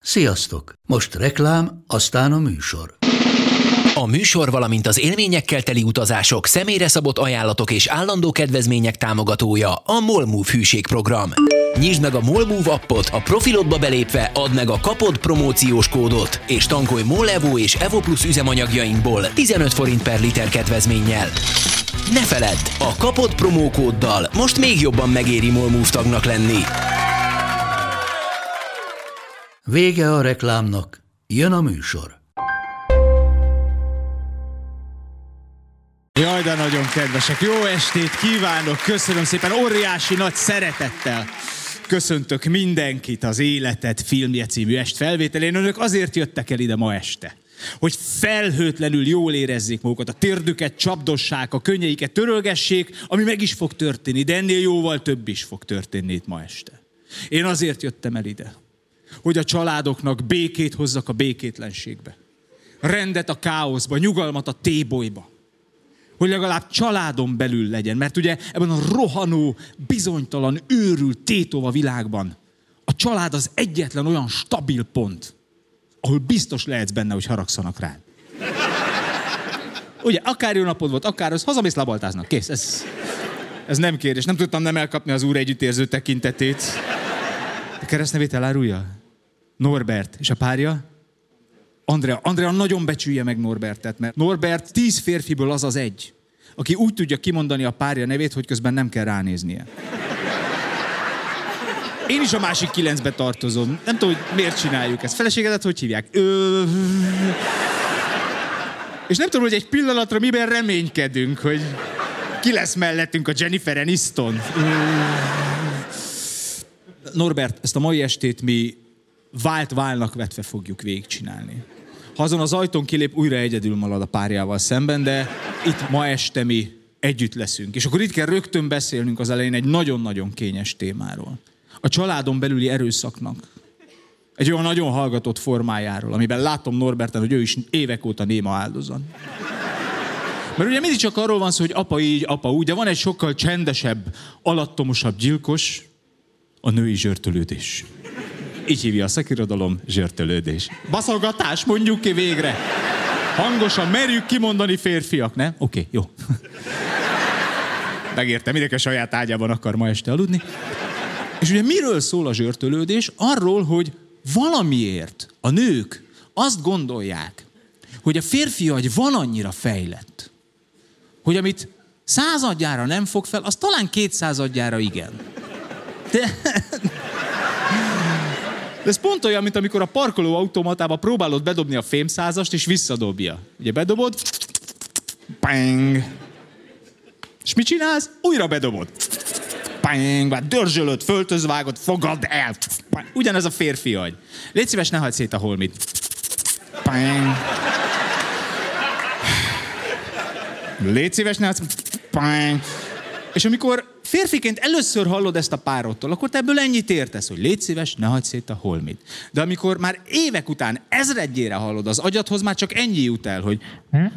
Sziasztok! Most reklám, aztán a műsor. A műsor, valamint az élményekkel teli utazások, személyre szabott ajánlatok és állandó kedvezmények támogatója a MOL Move hűségprogram. Nyisd meg a MOL Move appot, a profilodba belépve add meg a kapod promóciós kódot, és tankolj MOL Evo és Evo Plus üzemanyagjainkból 15 forint per liter kedvezménnyel. Ne feledd, a kapod promókóddal most még jobban megéri MOL Move tagnak lenni. Vége a reklámnak, jön a műsor. Jaj, de nagyon kedvesek. Jó estét kívánok, köszönöm szépen, óriási nagy szeretettel köszöntök mindenkit az Életed filmje című estfelvételén. Önök azért jöttek el ide ma este, hogy felhőtlenül jól érezzék magukat, a térdüket csapdossák, a könnyeiket törölgessék, ami meg is fog történni, de ennél jóval több is fog történni itt ma este. Én azért jöttem el ide, hogy a családoknak békét hozzak a békétlenségbe, rendet a káoszba, nyugalmat a tébolyba, hogy legalább családon belül legyen, mert ugye ebben a rohanó, bizonytalan, őrült, tétova világban a család az egyetlen olyan stabil pont, ahol biztos lehetsz benne, hogy haragszanak rád. Ugye, akár jó napod volt, akár az, hazamész, labaltáznak, kész. Ez nem kérdés. Nem tudtam nem elkapni az úr együttérző tekintetét. A keresztnevét elárulja? Norbert. És a párja? Andrea. Andrea nagyon becsülje meg Norbertet, mert Norbert 10 férfiből az az egy, aki úgy tudja kimondani a párja nevét, hogy közben nem kell ránéznie. Én is a másik 9-be tartozom. Nem tudom, hogy miért csináljuk ezt. Feleségedet hogy hívják? És nem tudom, hogy egy pillanatra miben reménykedünk, hogy ki lesz mellettünk, a Jennifer Aniston. Norbert, ezt a mai estét mi vált válnak vetve fogjuk végigcsinálni. Ha azon az ajtón kilép, újra egyedül marad a párjával szemben, de itt ma este mi együtt leszünk. És akkor itt kell rögtön beszélnünk az elején egy nagyon-nagyon kényes témáról. A családon belüli erőszaknak. Egy olyan nagyon hallgatott formájáról, amiben látom Norberten, hogy ő is évek óta néma áldozat. Mert ugye mindig csak arról van szó, hogy apa így, apa úgy, de van egy sokkal csendesebb, alattomosabb gyilkos, a női zsörtölődés. Így hívja a szakirodalom, zsörtölődés. Baszolgatás, mondjuk ki végre. Hangosan merjük kimondani, férfiak, ne? Oké, jó. Megértem, mindenki a saját ágyában akar ma este aludni. És ugye miről szól a zsörtölődés? Arról, hogy valamiért a nők azt gondolják, hogy a férfi agy van annyira fejlett, hogy amit 100-adjára nem fog fel, az talán 200-adjára igen. De ez pont olyan, mint amikor a parkolóautomatába próbálod bedobni a fémszázast, és visszadobja. Ugye bedobod, pang. És mit csinálsz? Újra bedobod. Pang, dörzsölöd, föltözvágod, fogad el. Ugyanez a férfi agy. Légy szíves, ne hagyd szét a holmit. Pang. Légy szíves, ne hagyd szét. Pang. És amikor férfiként először hallod ezt a párodtól, akkor te ebből ennyit értesz, hogy légy szíves, ne hagyd szét a holmit. De amikor már évek után ezredjére hallod, az agyadhoz már csak ennyi jut el, hogy...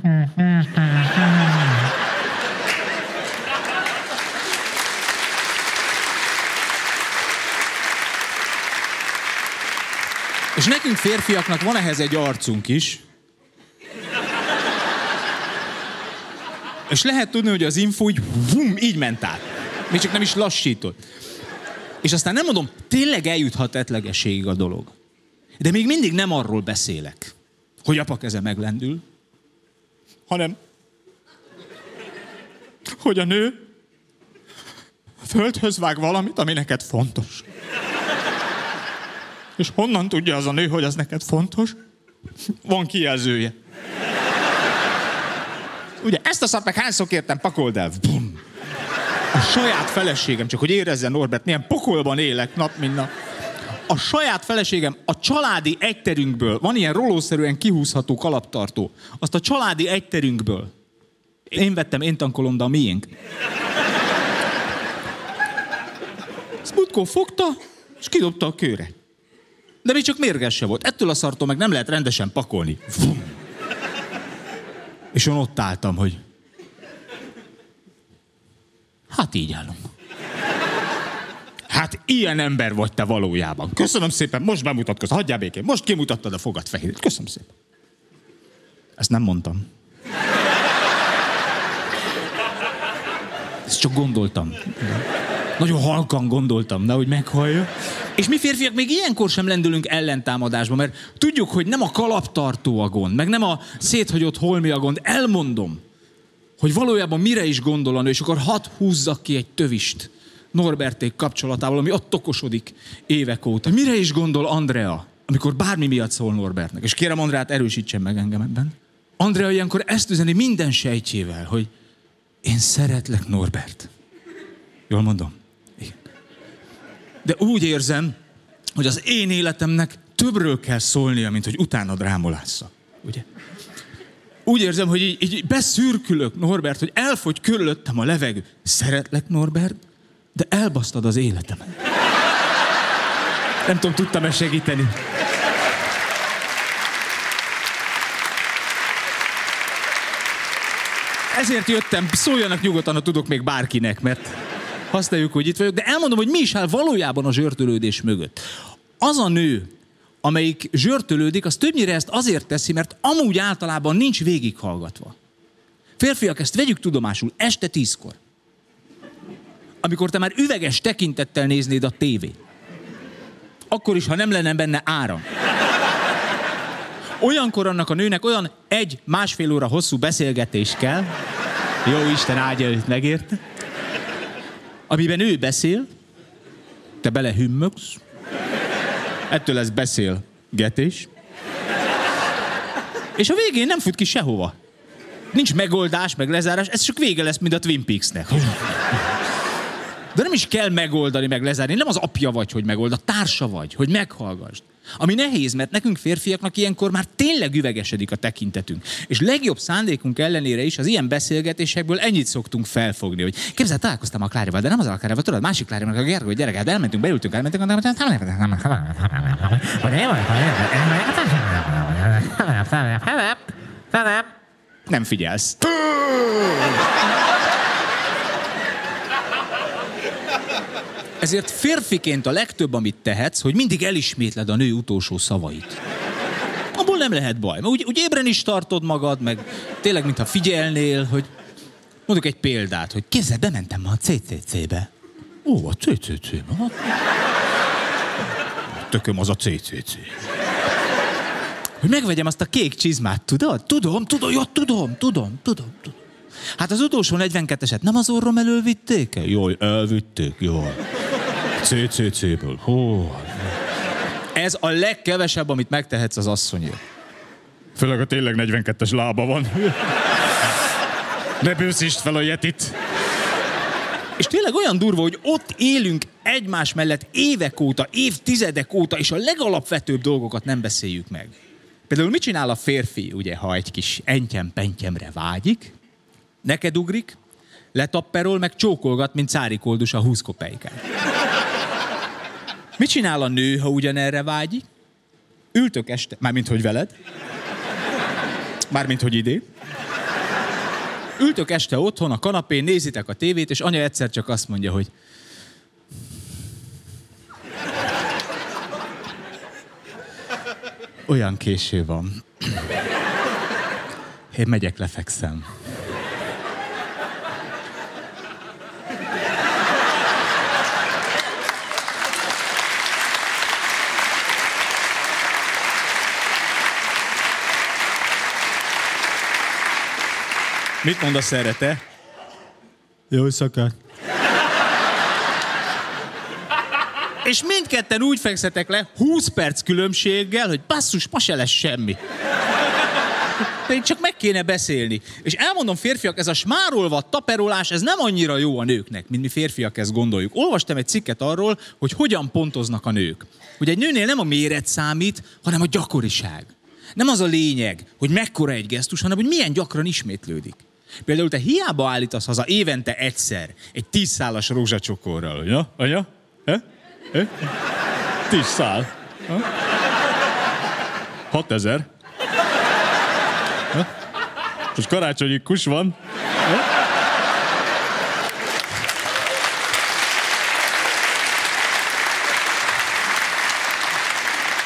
És nekünk férfiaknak van ehhez egy arcunk is. És lehet tudni, hogy az info így ment át. Még csak nem is lassított. És aztán nem mondom, tényleg eljuthat tetlegességig a dolog. De még mindig nem arról beszélek, hogy apa keze meglendül, hanem, hogy a nő földhöz vág valamit, ami neked fontos. És honnan tudja az a nő, hogy az neked fontos? Van kijelzője. Ugye, ezt a szart meg hányszor kértem, pakold el. Bum. A saját feleségem, csak hogy érezzen Norbert, milyen pokolban élek nap, mint nap. A saját feleségem a családi egyterünkből, van ilyen rolószerűen kihúzható kalaptartó, azt a családi egyterünkből. Én vettem, én tankolom, de a miénk. Smutko fogta, és kidobta a kőre. De még csak mérges se volt. Ettől a szartól meg nem lehet rendesen pakolni. Vum. És én ott álltam, hogy hát így állunk. Hát ilyen ember vagy te valójában. Köszönöm szépen, most bemutatkozz, hagyjál békén. Most kimutattad a fogad fehéret. Köszönöm szépen. Ezt nem mondtam. Ezt csak gondoltam. Nagyon halkan gondoltam, nehogy meghallja. És mi férfiak még ilyenkor sem lendülünk ellentámadásba, mert tudjuk, hogy nem a kalaptartó a gond, meg nem a széthagyott holmi a gond. Elmondom, hogy valójában mire is gondol a nő, és akkor hadd húzzak ki egy tövist Norberték kapcsolatával, ami ott okosodik évek óta. Mire is gondol Andrea, amikor bármi miatt szól Norbertnek? És kérem Andreát, erősítsen meg engem ebben. Andrea ilyenkor ezt üzeni minden sejtjével, hogy én szeretlek, Norbert. Jól mondom? Igen. De úgy érzem, hogy az én életemnek többről kell szólnia, mint hogy utána drámolásza. Ugye? Úgy érzem, hogy így beszürkülök, Norbert, hogy elfogy körülöttem a levegő. Szeretlek, Norbert, de elbasztad az életemet. Nem tudom, tudtam-e segíteni. Ezért jöttem, szóljanak nyugodtan, ha tudok még bárkinek, mert használjuk, hogy itt vagyok. De elmondom, hogy mi is áll valójában a zsörtölődés mögött. Az a nő, amelyik zsörtölődik, az többnyire ezt azért teszi, mert amúgy általában nincs végighallgatva. Férfiak, ezt vegyük tudomásul, este 10-kor. Amikor te már üveges tekintettel néznéd a tévét. Akkor is, ha nem lenne benne áram. Olyankor annak a nőnek olyan 1-1,5 óra hosszú beszélgetés kell, jó Isten áldja őt, megérte, amiben ő beszél, te belehümmögsz, ettől lesz beszélgetés, és a végén nem fut ki sehova. Nincs megoldás, meg lezárás, ez csak vége lesz, mint a Twin Peaksnek. De nem is kell megoldani, meg lezárni. Nem az apja vagy, hogy megold, a társa vagy, hogy meghallgassd. Ami nehéz, mert nekünk férfiaknak ilyenkor már tényleg üvegesedik a tekintetünk. És legjobb szándékunk ellenére is az ilyen beszélgetésekből ennyit szoktunk felfogni, hogy képzeld, találkoztam a Klárival, de nem az a Klárival, tudod, másik Klárival, a Gergő gyerekát, elmentünk, beültünk, nem figyelsz. Ezért férfiként a legtöbb, amit tehetsz, hogy mindig elismétled a nő utolsó szavait. Abból nem lehet baj. Mert úgy ébren is tartod magad, meg tényleg, mintha figyelnél, hogy... Mondok egy példát, hogy képzeld, bementem ma a CCC-be. Ó, a CCC-be? Tököm az a CCC. Hogy megvegyem azt a kék csizmát, tudod? Tudom. Hát az utolsó 42-eset nem az orrom elől vitték el? Jaj, elvitték, jaj. CCC-ből. Hó. Ez a legkevesebb, amit megtehetsz az asszonyért. Főleg, a tényleg 42-es lába van. Ne bőszítsd fel a Yetit. És tényleg olyan durva, hogy ott élünk egymás mellett évek óta, évtizedek óta, és a legalapvetőbb dolgokat nem beszéljük meg. Például mit csinál a férfi, ugye, ha egy kis entyem-pentyemre vágyik? Neked ugrik, letapperol, meg csókolgat, mint Cári Koldus a 20 kopeikát. Mit csinál a nő, ha ugyanerre vágyik? Ültök este, mármint hogy veled, mármint hogy idén. Ültök este otthon a kanapén, nézitek a tévét, és anya egyszer csak azt mondja, hogy olyan késő van. Én megyek, lefekszem. Mit mondasz erre, te? Jó éjszakát. És mindketten úgy fekszetek le, 20 perc különbséggel, hogy basszus, ma se lesz semmi. Pedig csak meg kéne beszélni. És elmondom, férfiak, ez a smárolva taperolás, ez nem annyira jó a nőknek, mint mi férfiak ezt gondoljuk. Olvastam egy cikket arról, hogy hogyan pontoznak a nők. Hogy egy nőnél nem a méret számít, hanem a gyakoriság. Nem az a lényeg, hogy mekkora egy gesztus, hanem hogy milyen gyakran ismétlődik. Például te hiába állítasz haza évente egyszer egy 10 szálas rózsacsokorral. Ja, anya? 10 szál. 6000. És karácsonyi kus van.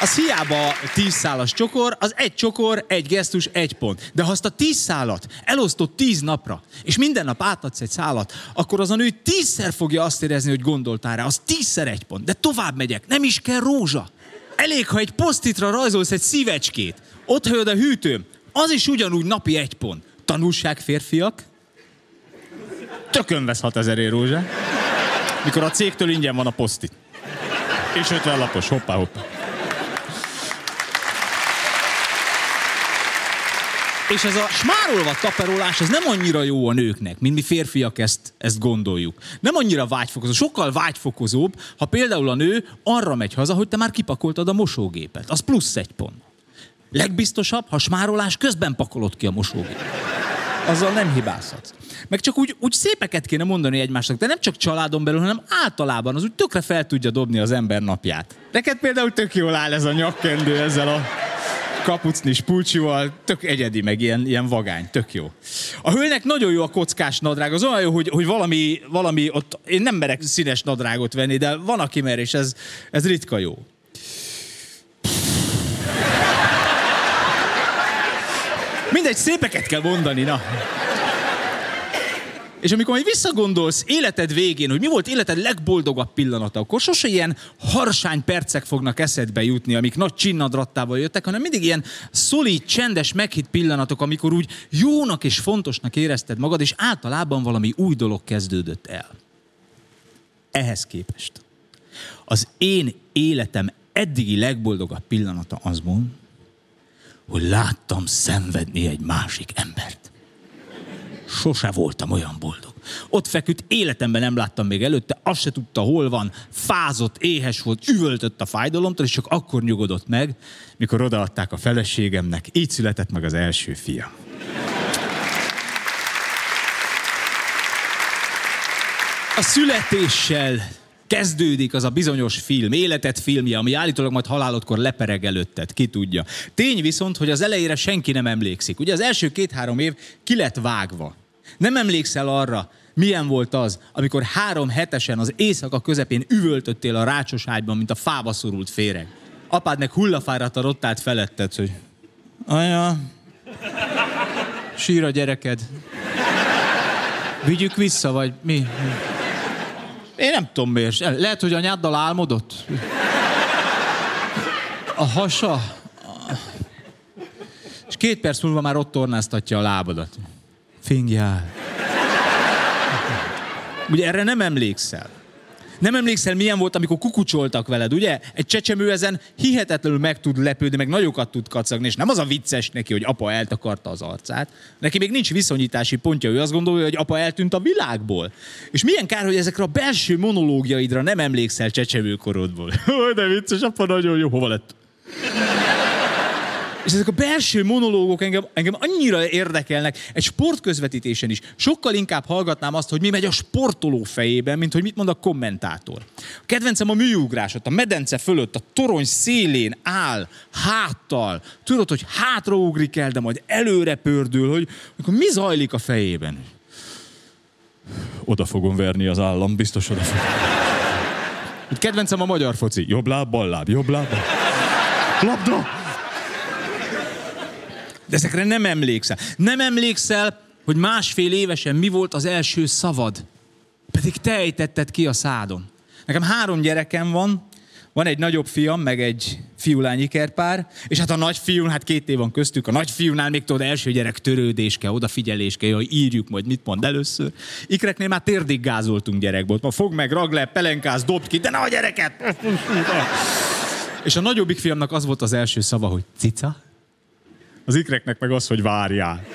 Az hiába 10 szálas csokor, az egy csokor, egy gesztus, 1 pont. De ha azt a 10 szálat elosztott 10 napra, és minden nap átadsz egy szálat, akkor az a nő 10-szer fogja azt érezni, hogy gondoltál rá. Az 10-szer 1 pont. De tovább megyek, nem is kell rózsa. Elég, ha egy posztitra rajzolsz egy szívecskét, ott hagyod a hűtőm, az is ugyanúgy napi 1 pont. Tanulság, férfiak? Tökön vesz 6000 rózsát. Mikor a cégtől ingyen van a posztit. És 50 lapos, hoppá. És ez a smárolva taperolás, ez nem annyira jó a nőknek, mint mi férfiak ezt gondoljuk. Nem annyira vágyfokozó, sokkal vágyfokozóbb, ha például a nő arra megy haza, hogy te már kipakoltad a mosógépet. Az plusz 1 pont. Legbiztosabb, ha smárolás közben pakolod ki a mosógépet. Azzal nem hibázhatsz. Meg csak úgy szépeket kéne mondani egymásnak, de nem csak családon belül, hanem általában az úgy tökre fel tudja dobni az ember napját. Neked például tök jól áll ez a nyakkendő ezzel a kapucnis pulcsival, tök egyedi, meg ilyen vagány, tök jó. A hölgynek nagyon jó a kockás nadrág, az olyan jó, hogy valami ott, én nem merek színes nadrágot venni, de van, aki mer, és ez ritka jó. Mindegy, szépeket kell mondani, na. És amikor majd visszagondolsz életed végén, hogy mi volt életed legboldogabb pillanata, akkor sose ilyen harsány percek fognak eszedbe jutni, amik nagy csinnadrattával jöttek, hanem mindig ilyen szolid, csendes, meghitt pillanatok, amikor úgy jónak és fontosnak érezted magad, és általában valami új dolog kezdődött el. Ehhez képest az én életem eddigi legboldogabb pillanata az volt, hogy láttam szenvedni egy másik embert. Sose voltam olyan boldog. Ott feküdt, életemben nem láttam még előtte, azt se tudta, hol van, fázott, éhes volt, üvöltött a fájdalomtól, és csak akkor nyugodott meg, mikor odaadták a feleségemnek. Így született meg az első fia. A születéssel kezdődik az a bizonyos film, életed filmje, ami állítólag majd halálodkor lepereg előtted, ki tudja. Tény viszont, hogy az elejére senki nem emlékszik. Ugye az első 2-3 év ki lett vágva. Nem emlékszel arra, milyen volt az, amikor 3 hetesen az éjszaka közepén üvöltöttél a rácsos ágyban, mint a fába szorult féreg. Apád meg hullafáradtan ott állt feletted, hogy anya, sír a gyereked. Vigyük vissza, vagy mi? Én nem tudom miért. Lehet, hogy anyáddal álmodott? A hasa? És 2 perc múlva már ott tornáztatja a lábadat. Fingjál. Ugye erre nem emlékszel. Nem emlékszel, milyen volt, amikor kukucsoltak veled, ugye? Egy csecsemő ezen hihetetlenül meg tud lepődni, meg nagyokat tud kacagni, és nem az a vicces neki, hogy apa eltakarta az arcát. Neki még nincs viszonyítási pontja, ő azt gondolja, hogy apa eltűnt a világból. És milyen kár, hogy ezekre a belső monológiaidra nem emlékszel csecsemőkorodból. De vicces, apa nagyon jó, hova lett? És ezek a belső monológok engem annyira érdekelnek, egy sportközvetítésen is. Sokkal inkább hallgatnám azt, hogy mi megy a sportoló fejében, mint hogy mit mond a kommentátor. A kedvencem a műugrás, ott a medence fölött, a torony szélén áll, háttal. Tudod, hogy hátraugrik el, de majd előre pördül, hogy mi zajlik a fejében. Oda fogom verni az állam, biztos oda fogom. Kedvencem a magyar foci. Jobb láb, bal láb, jobb láb. Labda! De ezekre nem emlékszel. Nem emlékszel, hogy 1,5 évesen mi volt az első szavad. Pedig te ejtetted ki a szádon. Nekem 3 gyerekem van. Van egy nagyobb fiam, meg egy fiú-lány ikerpár. És hát a nagyfiún, 2 év van köztük. A nagyfiúnál még tudod, első gyerek törődés kell, odafigyelés kell, hogy írjuk majd, mit mond először. Ikreknél már térdig gázoltunk gyerekból. Ma fogd meg, ragd le, pelenkáz, dobd ki, de ne a gyereket! És a nagyobbik fiamnak az volt az első szava, hogy cica. Az ikreknek meg az, hogy várjál.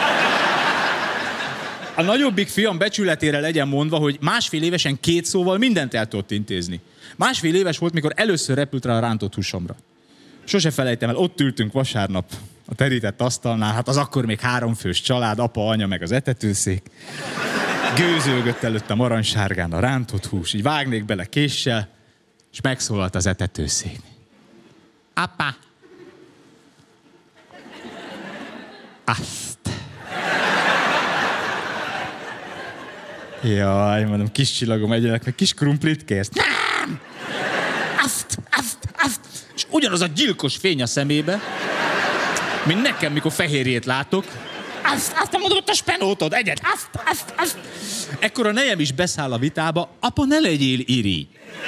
A nagyobbik fiam becsületére legyen mondva, hogy 1,5 évesen 2 szóval mindent el tudott intézni. 1,5 éves volt, mikor először repült rá a rántott húsomra. Sose felejtem el, ott ültünk vasárnap a terített asztalnál, hát az akkor még 3 fős család, apa, anya, meg az etetőszék. Gőzölgött előttem aranysárgán a rántott hús, így vágnék bele késsel, és megszólalt az etetőszék. Apa! Azt. Jaj, mondom, kis csillagom egyenek, meg kis krumplit kérsz. Nem! Azt. És Ugyanaz a gyilkos fény a szemébe, mint nekem, mikor fehérjét látok. Azt nem mondod, a spenótod, egyet, azt. Ekkor a nejem is beszáll a vitába, apa, ne legyél irigy.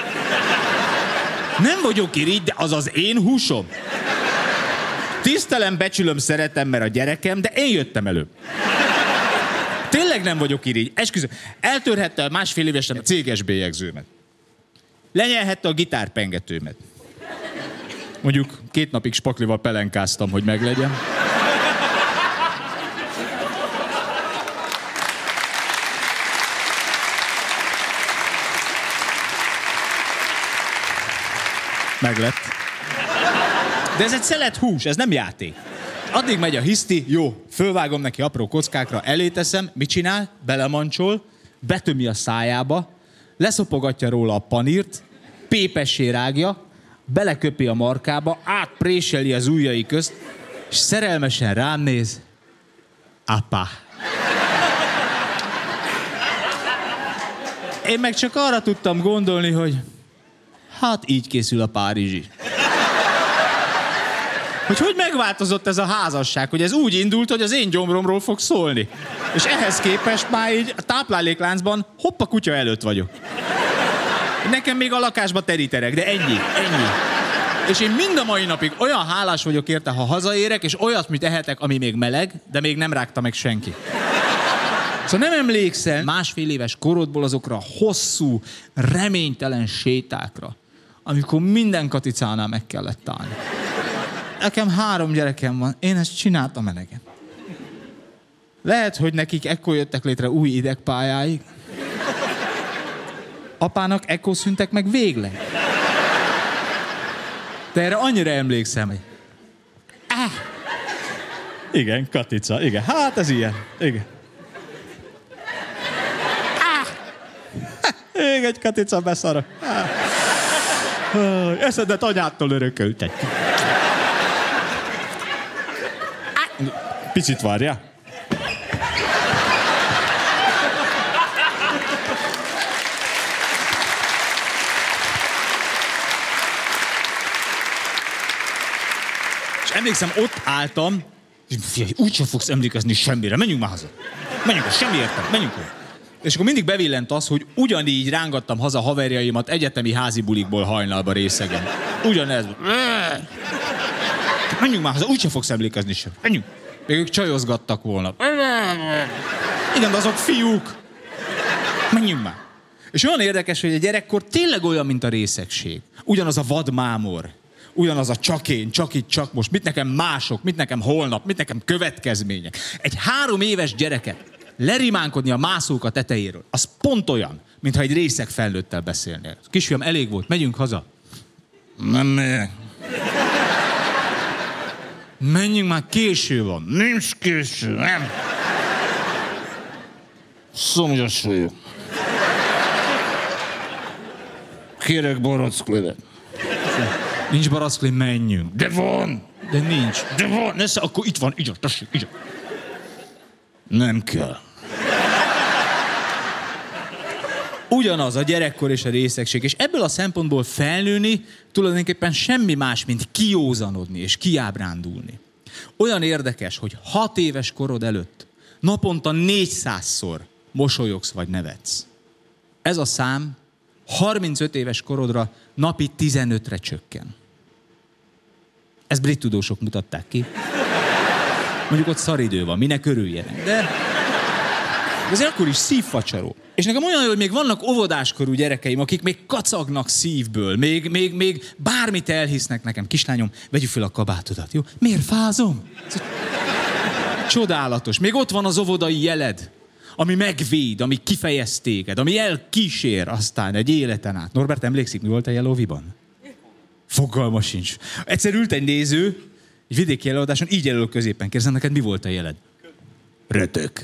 Nem vagyok irigy, de az az én húsom. Tisztelem, becsülöm, szeretem, mert a gyerekem, de én jöttem elő. Tényleg nem vagyok irigy. Esküszöm, eltörhette a másfél évesen a céges bélyegzőmet. Lenyelhette a gitárpengetőmet. Mondjuk 2 napig spaklival pelenkáztam, hogy meglegyen. Meglett. De ez egy szelet hús, ez nem játék. Addig megy a hiszti, jó, fölvágom neki apró kockákra, elé teszem, mit csinál? Belemancsol, betömi a szájába, leszopogatja róla a panírt, pépessé rágja, beleköpi a markába, átpréseli az ujjai közt, és szerelmesen rám néz. Apa. Én meg csak arra tudtam gondolni, hogy hát így készül a párizsi. Hogy megváltozott ez a házasság, hogy ez úgy indult, hogy az én gyomromról fog szólni. És ehhez képest már így a táplálékláncban hopp a kutya előtt vagyok. Nekem még a lakásba teríterek, de ennyi. És én mind a mai napig olyan hálás vagyok érte, ha hazaérek, és olyasmit ehetek, ami még meleg, de még nem rágta meg senki. Szóval nem emlékszel másfél éves korodból azokra a hosszú, reménytelen sétákra, amikor minden katicánál meg kellett állni. Nekem 3 gyerekem van, én ezt csináltam elegen. Lehet, hogy nekik ekkor jöttek létre új idegpályáik. Apának ekkor szüntek meg végleg. De erre annyira emlékszem, hogy... Igen, Katica, igen. Hát ez ilyen, igen. Még egy Katica beszarok. Eszedet anyádtól örököltek. Picit várjál. És emlékszem, ott álltam, és figyelj, úgysem fogsz emlékezni semmire, menjünk már haza. Menjünk, semmi értem, menjünk. És akkor mindig bevillent az, hogy ugyanígy rángattam haza haverjaimat egyetemi házi bulikból hajnalba részegen. Ugyanez. Menjünk már haza, úgysem fogsz emlékezni sem. Menjünk. Még ők csajozgattak volna. Igen, de azok fiúk. Menjünk már. És olyan érdekes, hogy a gyerekkor tényleg olyan, mint a részegség. Ugyanaz a vadmámor. Ugyanaz a csak én, csak itt, csak most. Mit nekem mások, mit nekem holnap, mit nekem következmények. Egy 3 éves gyereket lerimánkodni a mászók a tetejéről, az pont olyan, mintha egy részeg felnőttel beszélnél. Kisfiam, elég volt, megyünk haza. Nem megyek. Menjünk már, késő van. Nincs késő, nem. Szomjas vagyok. Kérek baracklevet. Nincs barackli, menjünk. De van. De nincs. De van. Nesze, akkor itt van, így, tessék, így. Nem kell. Ugyanaz a gyerekkor és a részegség, és ebből a szempontból felnőni tulajdonképpen semmi más, mint kiózanodni és kiábrándulni. Olyan érdekes, hogy 6 éves korod előtt naponta 400-szor mosolyogsz vagy nevetsz. Ez a szám 35 éves korodra napi 15-re csökken. Ezt brit tudósok mutatták ki. Mondjuk ott szaridő van, minek örüljenek, de ez akkor is szívfacsaró. És nekem olyan, hogy még vannak óvodáskorú gyerekeim, akik még kacagnak szívből, még bármit elhisznek nekem. Kislányom, vegyük fel a kabátodat, jó? Miért fázom? Csodálatos. Még ott van az óvodai jeled, ami megvéd, ami kifejez téged, ami elkísér aztán egy életen át. Norbert, emlékszik, mi volt a jelóviban? Fogalma sincs. Egyszer ült egy néző, egy vidéki előadáson, így jelöl középen. Kérdezem, neked mi volt a jeled? Rötök.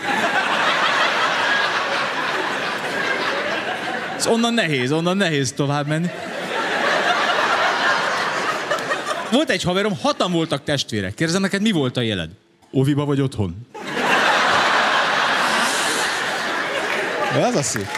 Onnan nehéz tovább menni. Volt egy haverom, 6-an voltak testvérek. Kérdezem, neked mi volt a jeled? Óviba vagy otthon? Ez a szép.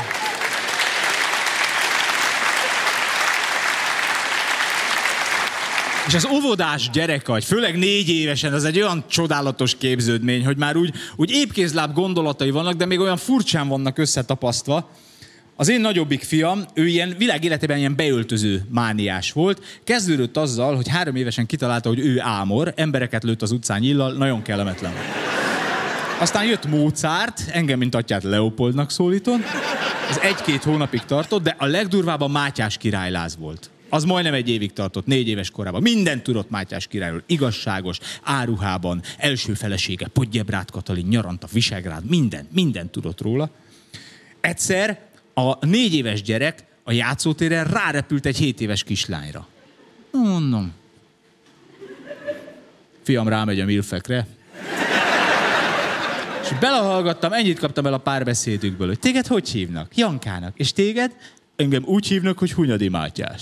És az óvodás gyerekagy, főleg 4 évesen, az egy olyan csodálatos képződmény, hogy már úgy épkézláb gondolatai vannak, de még olyan furcsán vannak összetapasztva. Az én nagyobbik fiam, ő ilyen világéletében ilyen beöltöző mániás volt. Kezdődött azzal, hogy 3 évesen kitalálta, hogy ő ámor, embereket lőtt az utcán nyillal, nagyon kellemetlen. Aztán jött Mozart, engem, mint atyát Leopoldnak szólított. Ez 1-2 hónapig tartott, de a legdurvább a Mátyás királyláz volt. Az majdnem 1 évig tartott, 4 éves korában. Mindent tudott Mátyás királyról. Igazságos, áruhában, első felesége, Podjebrát Katalin, nyarant a Visegrád, mindent tudott róla. Egyszer a 4 éves gyerek a játszótéren rárepült egy 7 éves kislányra. Mondom. Fiam rámegy a milfekre. És belehallgattam, ennyit kaptam el a párbeszédükből, hogy téged hogy hívnak? Jankának. És téged? Engem úgy hívnak, hogy Hunyadi Mátyás.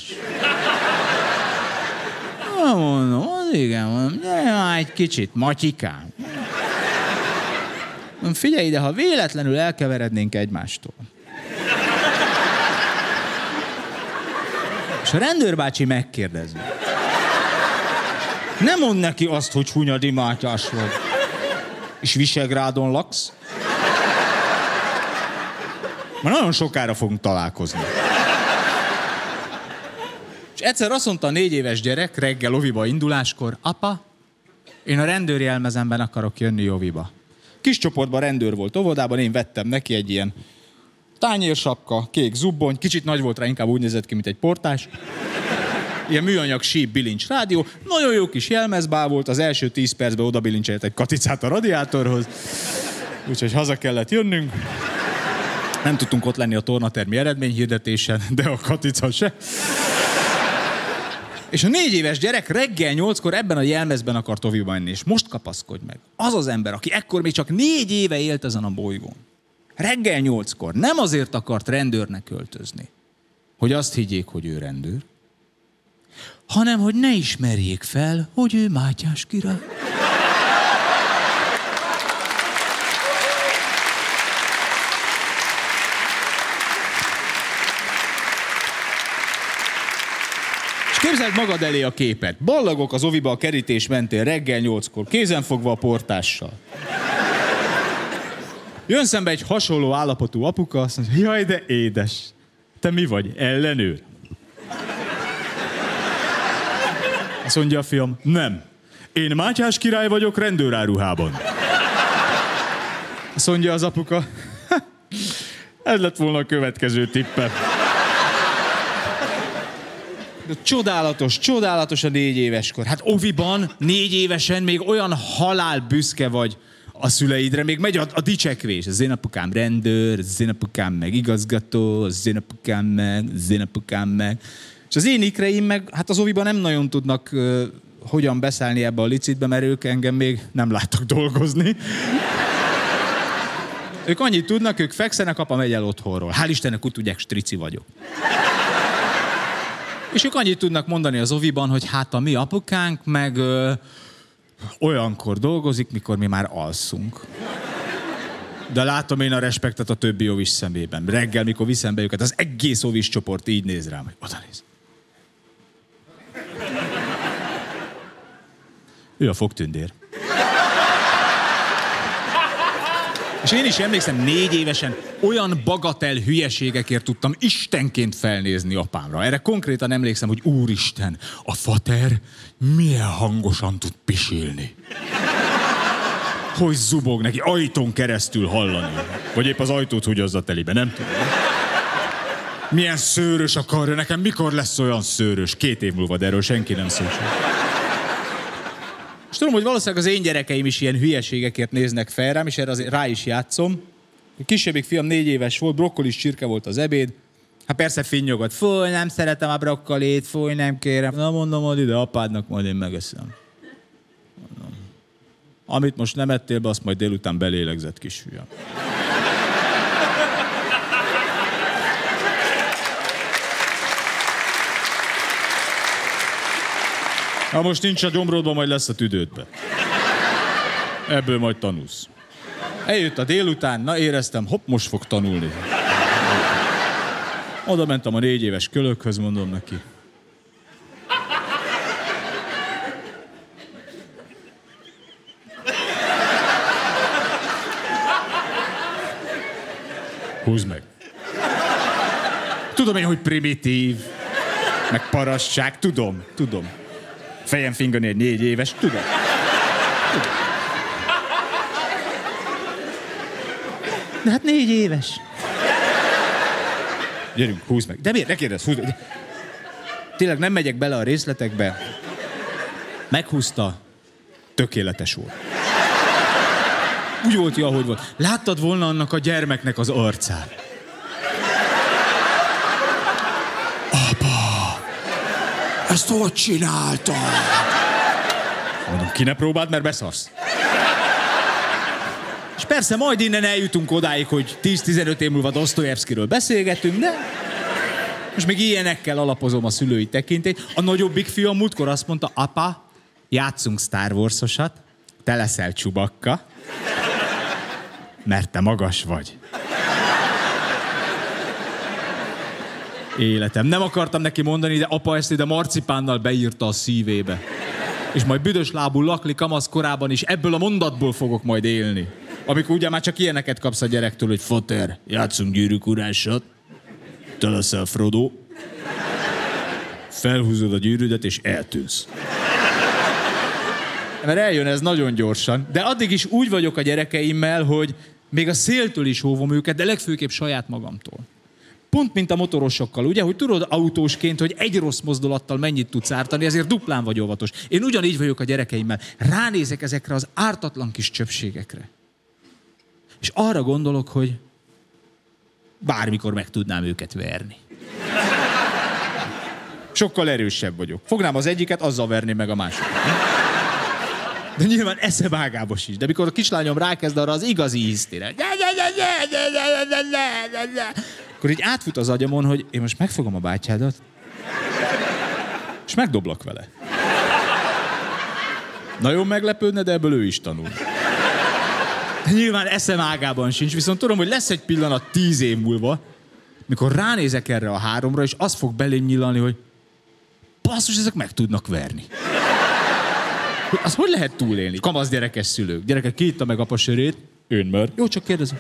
Mondom, az igen, mondom, egy kicsit, Matyikám. Mondom, figyelj ide, ha véletlenül elkeverednénk egymástól. És a rendőrbácsi megkérdezi. Nem mond neki azt, hogy Hunyadi Mátyás vagy. És Visegrádon laksz? Már nagyon sokára fogunk találkozni. És egyszer azt mondta a 4 éves gyerek reggel oviba induláskor, apa, én a rendőrjelmezemben akarok jönni oviba. Kis csoportban rendőr volt óvodában, én vettem neki egy ilyen tányérsapka, kék zubbony, kicsit nagy volt rá, inkább úgy nézett ki, mint egy portás. Ilyen műanyag síp bilincs rádió, nagyon jó kis jelmezbál volt, az első 10 percben oda bilincselt egy katicát a radiátorhoz, úgyhogy haza kellett jönnünk. Nem tudtunk ott lenni a tornatermi eredményhirdetésen, de a katica se. És a 4 éves gyerek reggel 8-kor ebben a jelmezben akart oviba menni, és most kapaszkodj meg. Az az ember, aki ekkor még csak 4 éve élt ezen a bolygón. Reggel 8-kor nem azért akart rendőrnek öltözni, hogy azt higgyék, hogy ő rendőr, hanem hogy ne ismerjék fel, hogy ő Mátyás király. És képzeld magad elé a képet. Ballagok az oviba a kerítés mentén reggel 8-kor, kézenfogva a portással. Jön szembe egy hasonló állapotú apuka, azt mondja, jaj, de édes, te mi vagy, ellenőr? Azt mondja a fiam, nem. Én Mátyás király vagyok rendőráruhában. Azt mondja az apuka, ez lett volna a következő tippem. De csodálatos a 4 éveskor. Hát oviban 4 évesen még olyan halálbüszke vagy a szüleidre, még megy a dicsekvés. Az én apukám rendőr, az én apukám meg igazgató, az én apukám meg. És az én ikreim meg, hát az oviban nem nagyon tudnak hogyan beszállni ebbe a licitbe, mert ők engem még nem láttak dolgozni. Ők annyit tudnak, ők fekszenek, apa megy el otthonról. Hál' Istennek úgy tudják, strici vagyok. És ők annyit tudnak mondani az oviban, hogy hát a mi apukánk meg olyankor dolgozik, mikor mi már alszunk. De látom én a respektet a többi ovis szemében. Reggel, mikor viszem be őket, az egész ovis csoport így néz rám, hogy oda néz. Ő a fogtündér. És én is emlékszem, 4 évesen olyan bagatel hülyeségekért tudtam istenként felnézni apámra. Erre konkrétan emlékszem, hogy úristen, a fater milyen hangosan tud pisilni. Hogy zubog neki, ajtón keresztül hallani. Vagy épp az ajtót húgyozza telibe, nem tudom. Milyen szőrös a karja, nekem mikor lesz olyan szőrös? 2 év múlva, de erről senki nem szól sem. És tudom, hogy valószínűleg az én gyerekeim is ilyen hülyeségekért néznek fel rám, és erre azért rá is játszom. A kisebbik fiam 4 éves volt, brokkolis csirke volt az ebéd. Hát persze finnyogott. Fúj, nem szeretem a brokkolit, fúj, nem kérem. Na mondom, majd ide apádnak, majd én megeszem. Mondom. Amit most nem ettél be, azt majd délután belélegzett, kisfiam. Ha most nincs a gyomrodban, majd lesz a tüdődbe. Ebből majd tanulsz. Eljött a délután, na éreztem, hopp, most fog tanulni. Oda mentem a 4 éves kölökhöz, mondom neki. Húzd meg. Tudom én, hogy primitív, meg parasság, tudom. Fejem fingani egy 4 éves, tudom. De hát 4 éves. Gyerünk, húzd meg. De miért? Ne kérdezz, húzd meg. Tényleg nem megyek bele a részletekbe. Meghúzta, tökéletes volt. Úgy volt, ahogy volt. Láttad volna annak a gyermeknek az arcát. Apa, ezt hogy csináltad? Mondom, ki ne próbáld, mert beszarsz. És persze majd innen eljutunk odáig, hogy 10-15 év múlva Dostoyevszkiről beszélgetünk, de most még ilyenekkel alapozom a szülői tekintélyt. A nagyobbik fiam múltkor azt mondta, apa, játszunk Star Wars-osat, te leszel Chewbacca, mert te magas vagy. Életem. Nem akartam neki mondani, de apa ezt ide marcipánnal beírta a szívébe. És majd büdös lábú lakli kamasz korában is ebből a mondatból fogok majd élni. Amikor ugye már csak ilyeneket kapsz a gyerektől, hogy Fater, játszunk Gyűrűk urásat, te leszel Frodo, felhúzod a gyűrűdet és eltűnsz. Mert eljön ez nagyon gyorsan, de addig is úgy vagyok a gyerekeimmel, hogy még a széltől is óvom őket, de legfőképp saját magamtól. Pont mint a motorosokkal, ugye, hogy tudod autósként, hogy egy rossz mozdulattal mennyit tudsz ártani, ezért duplán vagy óvatos. Én ugyanígy vagyok a gyerekeimmel. Ránézek ezekre az ártatlan kis csöpségekre. És arra gondolok, hogy bármikor meg tudnám őket verni. Sokkal erősebb vagyok. Fognám az egyiket, azzal verném meg a másikat. De nyilván eszevágábos is. De mikor a kislányom rákezd arra az igazi hisztére, akkor így átfut az agyamon, hogy én most megfogom a bátyádat, és megdoblak vele. Nagyon meglepődne, de ebből ő is tanul. De nyilván eszem ágában sincs, viszont tudom, hogy lesz egy pillanat 10 év múlva, mikor ránézek erre a 3-ra, és az fog belém nyillalni, hogy basszus, ezek meg tudnak verni. Az hogy lehet túlélni? Kamasz gyerekes szülők. Gyerekek, ki itta meg apa sörét? Én már. Jó, csak kérdezem.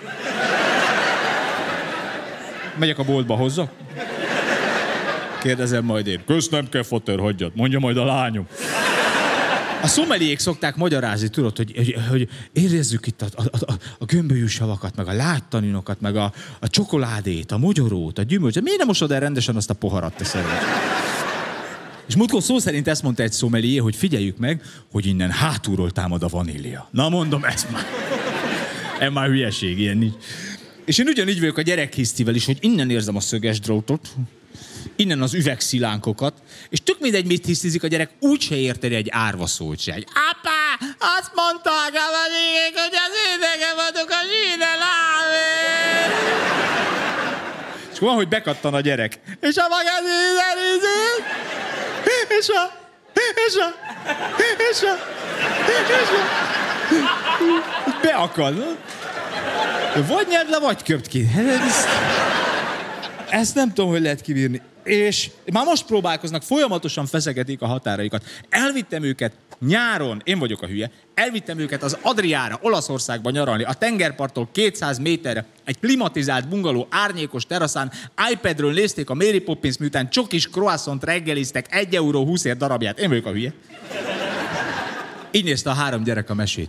Megyek a boltba, hozzak? Kérdezem majd én. Kösz, nem kell, Fater, hagyjad. Mondja majd a lányom. A szomeliék szokták magyarázni, tudod, hogy érezzük itt a gömbölyű savakat, meg a lágytaninokat, meg a csokoládét, a mogyorót, a gyümölcsöt. Miért nem mosod el rendesen azt a poharat, te szerint? És múltkor szó szerint ezt mondta egy szomelié, hogy figyeljük meg, hogy innen hátulról támad a vanília. Na mondom, ez már hülyeség, ilyen nincs. És én ugyanígy vagyok a gyerekhisztivel is, hogy innen érzem a szöges drótot, innen az üvegszilánkokat, és tök mindegy, mit hisztizik a gyerek, úgyse érteni egy árva szót se. Apá, azt mondták a vaníliék, hogy az idege vagyok a zsíne lábén. És van, hogy bekattan a gyerek. És a magazízerizét, és beakad. Vagy nyerd le, vagy köpt ki. Ezt nem tudom, hogy lehet kibírni. És már most próbálkoznak, folyamatosan feszegetik a határaikat. Elvittem őket nyáron, én vagyok a hülye, elvittem őket az Adriára, Olaszországba nyaralni, a tengerparttól 200 méterre, egy klimatizált bungaló árnyékos teraszán, iPadről nézték a Mary Poppins, miután csokis croissant reggeliztek 1,20 € darabját. Én vagyok a hülye. Így nézte a 3 gyerek a mesét.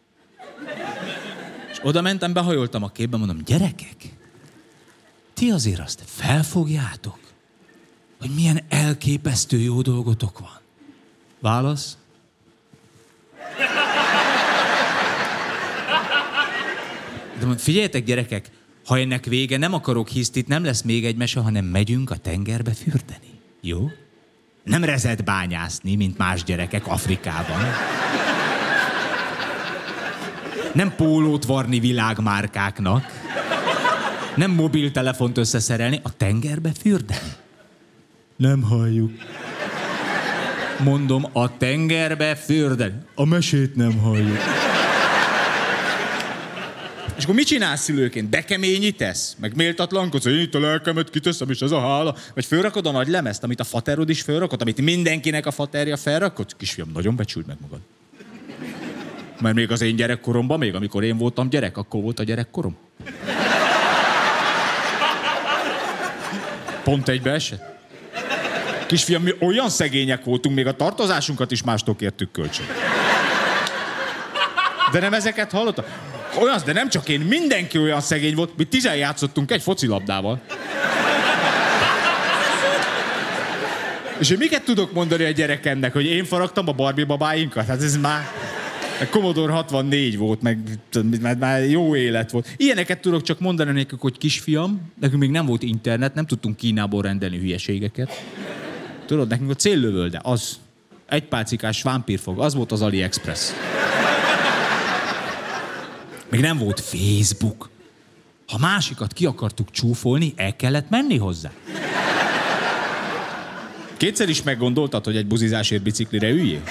És oda mentem, behajoltam a képbe, mondom, gyerekek, ti azért azt felfogjátok, hogy milyen elképesztő jó dolgotok van. Válasz? De mondom, figyeljetek gyerekek, ha ennek vége, nem akarok hisztit, nem lesz még egy mese, hanem megyünk a tengerbe fürdeni. Jó? Nem rezet bányászni, mint más gyerekek Afrikában. Nem pólót varni világmárkáknak. Nem mobiltelefont összeszerelni, a tengerbe fürdeni. Nem halljuk. Mondom, a tengerbe fürdeni. A mesét nem halljuk. És akkor mit csinálsz szülőként? Bekeményítesz? Meg méltatlankodsz, hogy én itt a lelkemet kiteszem, és ez a hála? Vagy fölrakod a nagy lemezt, amit a faterod is fölrakod, amit mindenkinek a faterja felrakod? Kisfiam, nagyon becsüld meg magad. Mert még az én gyerekkoromban, még amikor én voltam gyerek, akkor volt a gyerekkorom. Pont egybe esett? Kisfiam, mi olyan szegények voltunk, még a tartozásunkat is mástól kértük kölcsön. De nem ezeket hallotta? Olyan, de nem csak én, mindenki olyan szegény volt, mi 10 játszottunk egy focilabdával. És én miket tudok mondani a gyerekemnek, hogy én faragtam a Barbie babáinkat? Hát ez már... Commodore 64 volt, meg már jó élet volt. Ilyeneket tudok csak mondani nekik, hogy kisfiam, nekünk még nem volt internet, nem tudtunk Kínából rendelni hülyeségeket. Tudod, nekünk a céllövölde, az egy pálcikás vámpírfog, az volt az AliExpress. Még nem volt Facebook. Ha másikat ki akartuk csúfolni, el kellett menni hozzá. Kétszer is meggondoltad, hogy egy buzizásért biciklire üljél?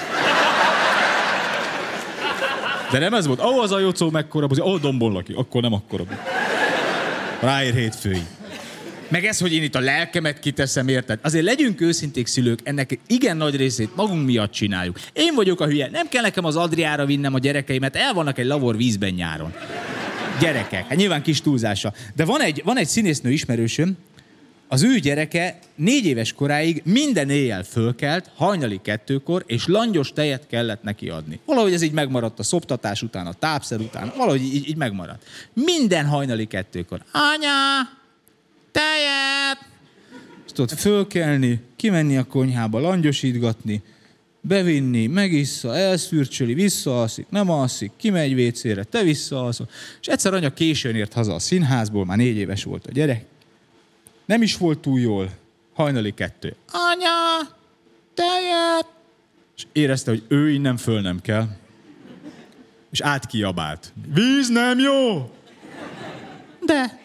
De nem ez volt. Az a jocó mekkora buzi. Dombol laki. Akkor nem akkora. Ráér hétfői. Meg ez, hogy én itt a lelkemet kiteszem, érted? Azért legyünk őszinték szülők, ennek igen nagy részét magunk miatt csináljuk. Én vagyok a hülye, nem kell nekem az Adriára vinnem a gyerekeimet, el vannak egy lavor vízben nyáron. Gyerekek, hát nyilván kis túlzása. De van egy színésznő ismerősöm, az ő gyereke 4 éves koráig minden éjjel fölkelt, hajnali 2-kor, és langyos tejet kellett neki adni. Valahogy ez így megmaradt a szoptatás után, a tápszer után, valahogy így megmaradt. Minden hajnali 2-kor. Anya, tejet! És tudod fölkelni, kimenni a konyhába, langyosítgatni, bevinni, megissza, elszürcsöli, visszaalszik, nem alszik, kimegy vécére, te visszaalszol. És egyszer anya későn ért haza a színházból, már 4 éves volt a gyerek. Nem is volt túl jól. Hajnali 2. Anya, tejet! És érezte, hogy ő innen föl nem kell. És átkiabált. Víz nem jó! De.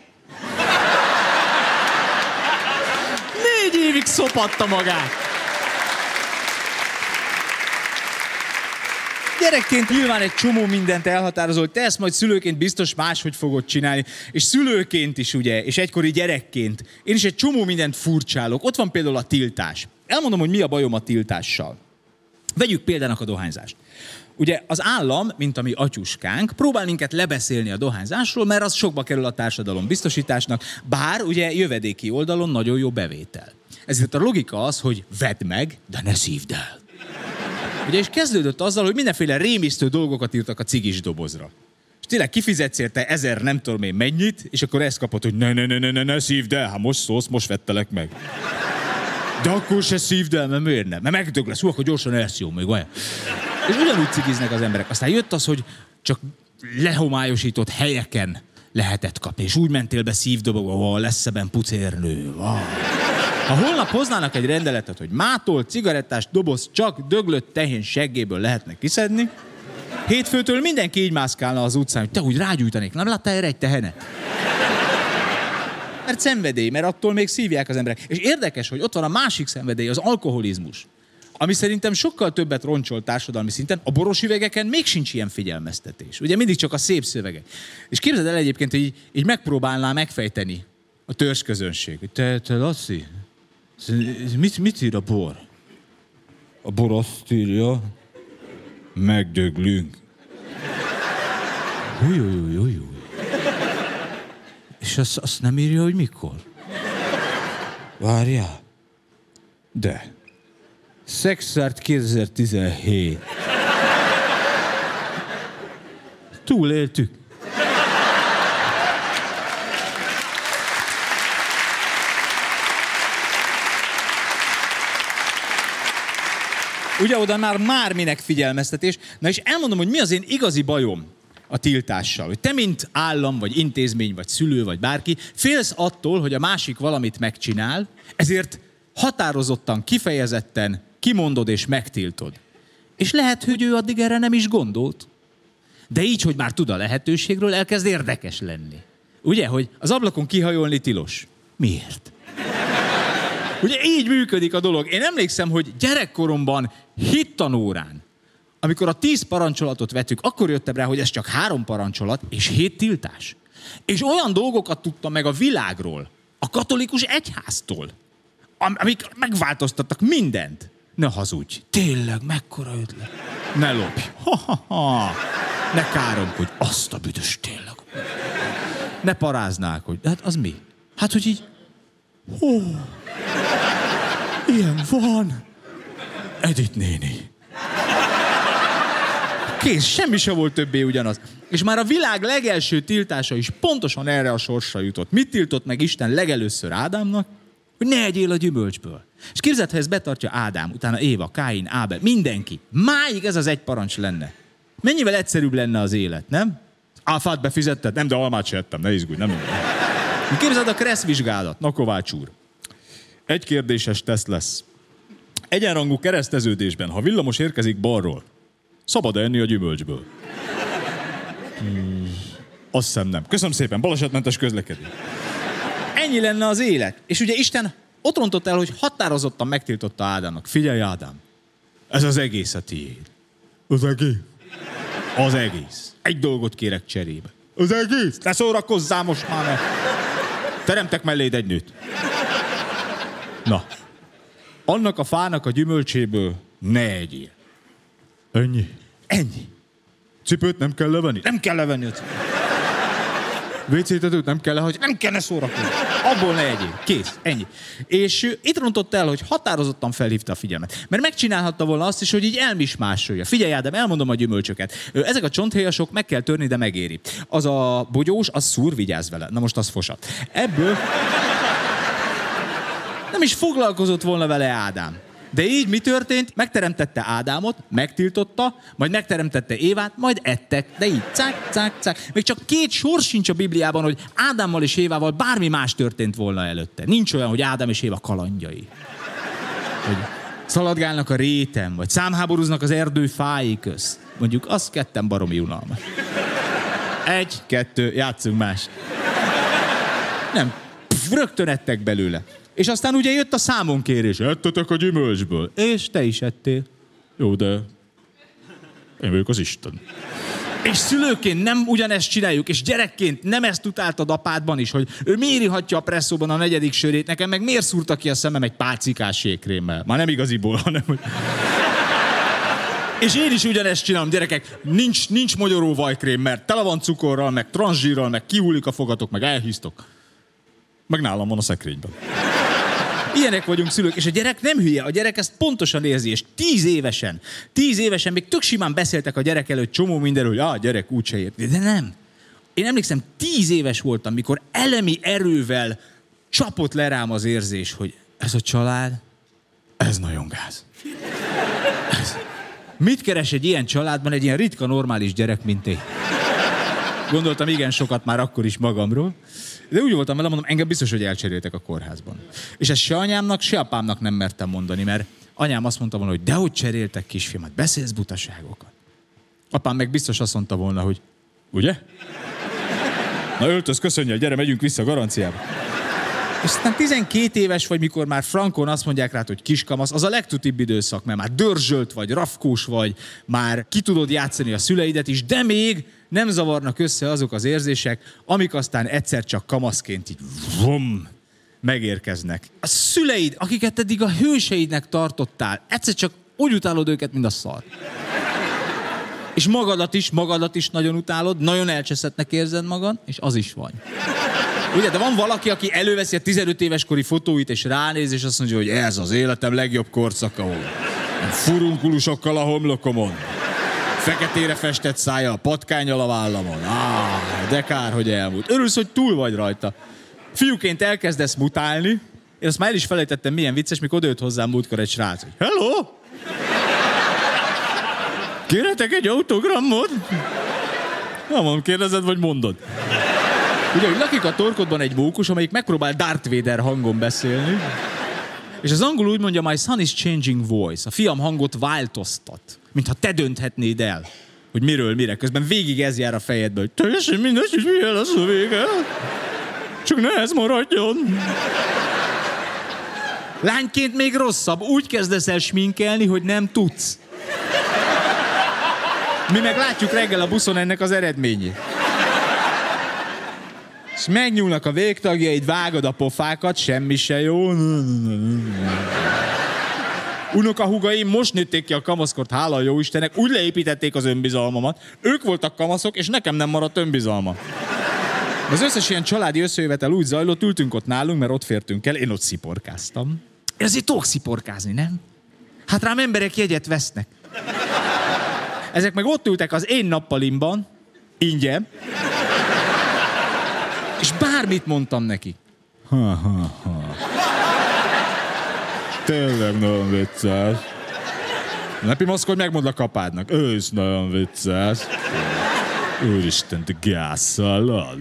4 évig szopatta magát. Gyerekként nyilván egy csomó mindent elhatározol, hogy te ezt majd szülőként biztos máshogy fogod csinálni. És szülőként is, ugye, és egykori gyerekként. Én is egy csomó mindent furcsálok. Ott van például a tiltás. Elmondom, hogy mi a bajom a tiltással. Vegyük példának a dohányzást. Ugye az állam, mint a mi atyuskánk, próbál minket lebeszélni a dohányzásról, mert az sokba kerül a társadalom biztosításnak, bár ugye jövedéki oldalon nagyon jó bevétel. Ezért a logika az, hogy vedd meg, de ne szívd el. Ugye, és kezdődött azzal, hogy mindenféle rémisztő dolgokat írtak a cigis dobozra. És tényleg kifizetsz érte 1000 nem tudom én mennyit, és akkor ezt kapod, hogy ne szívd el, hát most szólsz, most vettelek meg. De akkor se szívd el, mert miért nem? Mert megdög lesz, akkor gyorsan elszívom még, vajon. És ugyanúgy cigiznek az emberek. Aztán jött az, hogy lehomályosított helyeken lehetett kapni, és úgy mentél be szívdobogba, lesz ebben pucérnő. Ha holnap hoznának egy rendeletet, hogy mától cigarettás doboz csak döglött tehén seggéből lehetne kiszedni, hétfőtől mindenki így mászkálna az utcán, hogy te úgy rágyújtanék, nem láttál erre egy tehenet? Mert szenvedély, mert attól még szívják az emberek. És érdekes, hogy ott van a másik szenvedély, az alkoholizmus, ami szerintem sokkal többet roncsol társadalmi szinten. A boros üvegeken még sincs ilyen figyelmeztetés. Ugye mindig csak a szép szövegek. És képzeld el egyébként, hogy így megpróbálná megfejteni a törzsközönség. Te Laci, mit ír a bor? A bor azt írja, megdöglünk. Jó. És azt nem írja, hogy mikor? Várjál. De. Szexárt 2017. Túléltük. Ugye oda már minek figyelmeztetés. Na és elmondom, hogy mi az én igazi bajom a tiltással. Hogy te, mint állam, vagy intézmény, vagy szülő, vagy bárki, félsz attól, hogy a másik valamit megcsinál, ezért határozottan, kifejezetten kimondod és megtiltod. És lehet, hogy ő addig erre nem is gondolt. De így, hogy már tud a lehetőségről, elkezd érdekes lenni. Ugye, hogy az ablakon kihajolni tilos. Miért? Ugye így működik a dolog. Én emlékszem, hogy gyerekkoromban hittanórán, amikor a 10 parancsolatot vettük, akkor jöttem rá, hogy ez csak 3 parancsolat és 7 tiltás. És olyan dolgokat tudtam meg a világról, a katolikus egyháztól, amik megváltoztattak mindent. Ne hazudj. Tényleg, mekkora ötlet. Ne lopj. Ne káromkodj. Azt a büdös tényleg. Ne paráználkodj. De hát az mi? Hát, hogy így Ilyen van. Edith néni. Kész, semmi se volt többé ugyanaz. És már a világ legelső tiltása is pontosan erre a sorsra jutott. Mit tiltott meg Isten legelőször Ádámnak? Hogy ne egyél a gyümölcsből. És képzeld, ha ezt betartja Ádám, utána Éva, Káin, Ábel, mindenki. Máig ez az egy parancs lenne. Mennyivel egyszerűbb lenne az élet, nem? Áfát befizetted? Nem, de almát se ettem, ne izgulj, nem. Képzeld a Kressz vizsgálat. Na, Kovács úr. Egy kérdéses teszt lesz. Egyenrangú kereszteződésben, ha villamos érkezik balról, szabad enni a gyümölcsből? Azt hiszem nem. Köszönöm szépen, balesetmentes közlekedés. Ennyi lenne az élet. És ugye Isten ott rontott el, hogy határozottan megtiltotta Ádámnak. Figyelj, Ádám, ez az egész a tiéd. Az egész? Az egész. Egy dolgot kérek cserébe. Az egész? Ne szórakozzál most már meg. Teremtek melléd egy nőt. Na, annak a fának a gyümölcséből ne egyél. Ennyi? Ennyi. Cipőt nem kell levenni? Nem kell levenni a cipőt. WC-tetőt nem kell lehagyni? Nem kell, ne szórakozni. Abból ne egyél. Kész. Ennyi. És itt rontott el, hogy határozottan felhívta a figyelmet. Mert megcsinálhatta volna azt is, hogy így elmismásolja. Figyelj, Ádám, elmondom a gyümölcsöket. Ezek a csonthéjasok meg kell törni, de megéri. Az a bogyós, az szúr, vigyázz vele. Na most az fosat. Ebből nem is foglalkozott volna vele Ádám. De így mi történt? Megteremtette Ádámot, megtiltotta, majd megteremtette Évát, majd ettek. De így, cák, cák, cák. Még csak 2 sor sincs a Bibliában, hogy Ádámmal és Évával bármi más történt volna előtte. Nincs olyan, hogy Ádám és Éva kalandjai. Hogy szaladgálnak a réten, vagy számháborúznak az erdő fái közt. Mondjuk, az ketten baromi unalmas. 1, 2, játszunk más. Nem, rögtön ettek belőle. És aztán ugye jött a számonkérés. Ettetek a gyümölcsből. És te is ettél. Jó, de én vagyok az Isten. És szülőként nem ugyanezt csináljuk, és gyerekként nem ezt utáltad apádban is, hogy ő miért ihatja a presszóban a 4. sörét, nekem meg miért szúrta ki a szemem egy pálcikás jégkrémmel. Már nem igaziból, hanem hogy... És én is ugyanezt csinálom, gyerekek, nincs mogyoró vajkrém, mert tele van cukorral, meg transzsírral, meg kihullik a fogatok, meg elhisztok. Meg nálam van a szekrényben. Ilyenek vagyunk szülők, és a gyerek nem hülye, a gyerek ezt pontosan érzi, és 10 évesen még tök simán beszéltek a gyerek előtt csomó mindenről, hogy gyerek úgyse ért. De nem. Én emlékszem, 10 éves voltam, mikor elemi erővel csapott le rám az érzés, hogy ez a család, ez nagyon gáz. Mit keres egy ilyen családban egy ilyen ritka normális gyerek, mint én? Gondoltam igen sokat már akkor is magamról. De úgy voltam vele, mondom, engem biztos, hogy elcseréltek a kórházban. És ezt se anyámnak, se apámnak nem mertem mondani, mert anyám azt mondta volna, hogy dehogy cseréltek, kisfiamat, beszélsz butaságokat. Apám meg biztos azt mondta volna, hogy ugye? Na öltöz, köszönjél, gyere, megyünk vissza garanciába. És aztán 12 éves vagy, mikor már frankon azt mondják rád, hogy kiskamasz, az a legtutibb időszak, mert már dörzsölt vagy, rafkós vagy, már ki tudod játszani a szüleidet is, de még nem zavarnak össze azok az érzések, amik aztán egyszer csak kamaszként így megérkeznek. A szüleid, akiket eddig a hőseidnek tartottál, egyszer csak úgy utálod őket, mint a szar. És magadat is nagyon utálod, nagyon elcseszettnek érzed magad, és az is vagy. Ugye, de van valaki, aki előveszi a 15 éves kori fotóit, és ránéz, és azt mondja, hogy ez az életem legjobb korszaka volt. Furunkulusokkal a homlokomon. Feketére festett szája, patkánnyal a vállamon. De kár, hogy elmúlt. Örülsz, hogy túl vagy rajta. Fiúként elkezdesz mutálni. Én azt már el is felejtettem, milyen vicces, mikor odajött hozzám múltkor egy srác, hogy hello! Kérhetek egy autogramot? Nem mondom, kérdezed, vagy mondod? Ugye, hogy lakik a torkodban egy mókus, amelyik megpróbál Darth Vader hangon beszélni, és az angol úgy mondja, my son is changing voice. A fiam hangot változtat, mintha te dönthetnéd el, hogy miről mire. Közben végig ez jár a fejedbe, hogy teljesen mindegy, és milyen lesz a vége. Csak ne ez maradjon. Lányként még rosszabb, úgy kezdesz el sminkelni, hogy nem tudsz. Mi meg látjuk reggel a buszon ennek az eredményét. És megnyúlnak a végtagjaid, vágod a pofákat, semmi se jó. Unokahúgaim most nőtték ki a kamaszkort, hála a jóistennek, úgy leépítették az önbizalmamat. Ők voltak kamaszok, és nekem nem maradt önbizalma. Az összes ilyen családi összejövetel úgy zajlott, ültünk ott nálunk, mert ott fértünk el, én ott sziporkáztam. Én azért tudok sziporkázni, nem? Hát rám emberek jegyet vesznek. Ezek meg ott ültek az én nappalimban, ingyen, és bármit mondtam neki. Tényleg nagyon vicces. Nepi maszkodj, megmondd a kapádnak. Ő is nagyon vicces. Úristen, te gázzal.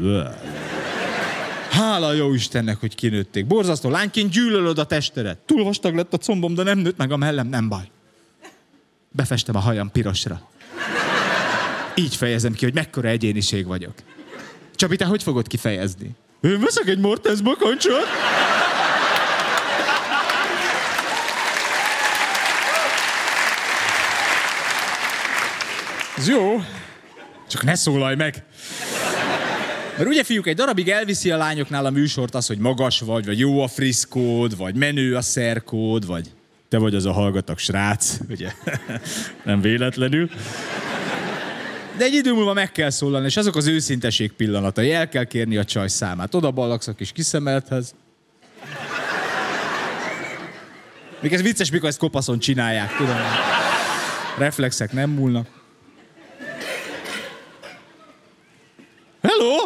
Hála jó Istennek, hogy kinőtték. Borzasztó, lányként gyűlölöd a testedet. Túl vastag lett a combom, de nem nőtt meg a mellem, nem baj. Befestem a hajam pirosra. Így fejezem ki, hogy mekkora egyéniség vagyok. Csabi, te hogy fogod kifejezni? Én veszek egy Mortens bakancsot. Ez jó, csak ne szólalj meg. Mert ugye, fiúk, egy darabig elviszi a lányoknál a műsort az, hogy magas vagy jó a friszkód, vagy menő a szerkód, vagy te vagy az a hallgatag srác, ugye? Nem véletlenül. De egy idő múlva meg kell szólalni, és azok az őszinteség pillanatai, el kell kérni a csaj számát. Oda ballagsz a kis kiszemelthez. Még ez vicces, mikor ezt kopaszon csinálják, tudom. Reflexek nem múlnak. Hello!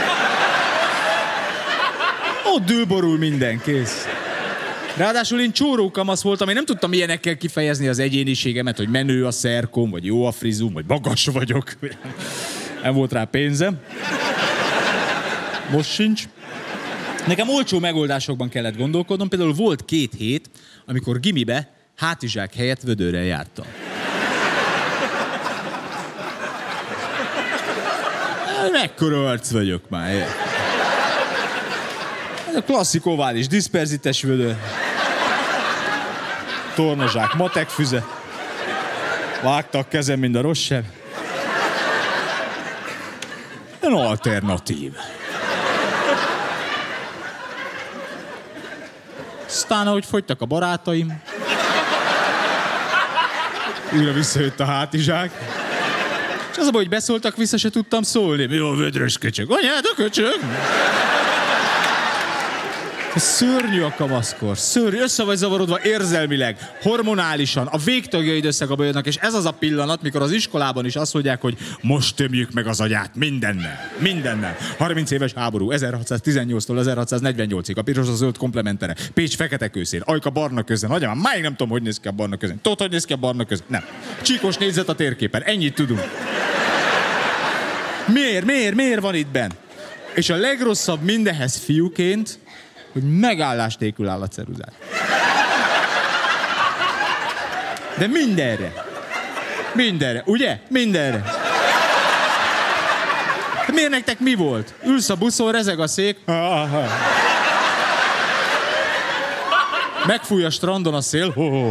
Ott dülborul minden, kész. Ráadásul én csóró kamasz voltam, én nem tudtam ilyenekkel kifejezni az egyéniségemet, hogy menő a szerkom, vagy jó a frizum, vagy magas vagyok. Nem volt rá pénzem. Most sincs. Nekem olcsó megoldásokban kellett gondolkodnom, például volt 2 hét, amikor gimibe hátizsák helyett vödörrel jártam. Mekkora arc vagyok már. Ez a klasszik ovális, diszperzites vödör. Tornazsák, matek füze. Vágta a kezem, mint a rossz sem. Ilyen alternatív. Aztán, ahogy fogytak a barátaim, újra visszajött a hátizsák. És az a baj, hogy beszóltak, vissza se tudtam szólni. Mi a vödrös köcsög? Anyád a köcsög? Szörnyű a kamaszkor, szörnyű, össze vagy zavarodva érzelmileg, hormonálisan, a végtagjaid összekabajodnak, és ez az a pillanat, mikor az iskolában is azt mondják, hogy most tömjük meg az agyát mindennel, mindennel. 30 éves háború, 1618-tól 1648-ig, a piros a zöld komplementere, Pécs fekete kőszén, Ajka barna közön, agyam, máig nem tudom, hogy néz ki a barna közön. Tudod, hogy néz ki a barna közön? Nem. Csíkos négyzet a térképen, ennyit tudunk. Miért van itt benn? És a legrosszabb mindenhez fiúként, hogy megállás nélkül áll a ceruzát. De mindenre. Mindenre, ugye? Mindenre. De miért nektek mi volt? Ülsz a buszon, rezeg a szék. Megfúj a strandon a szél.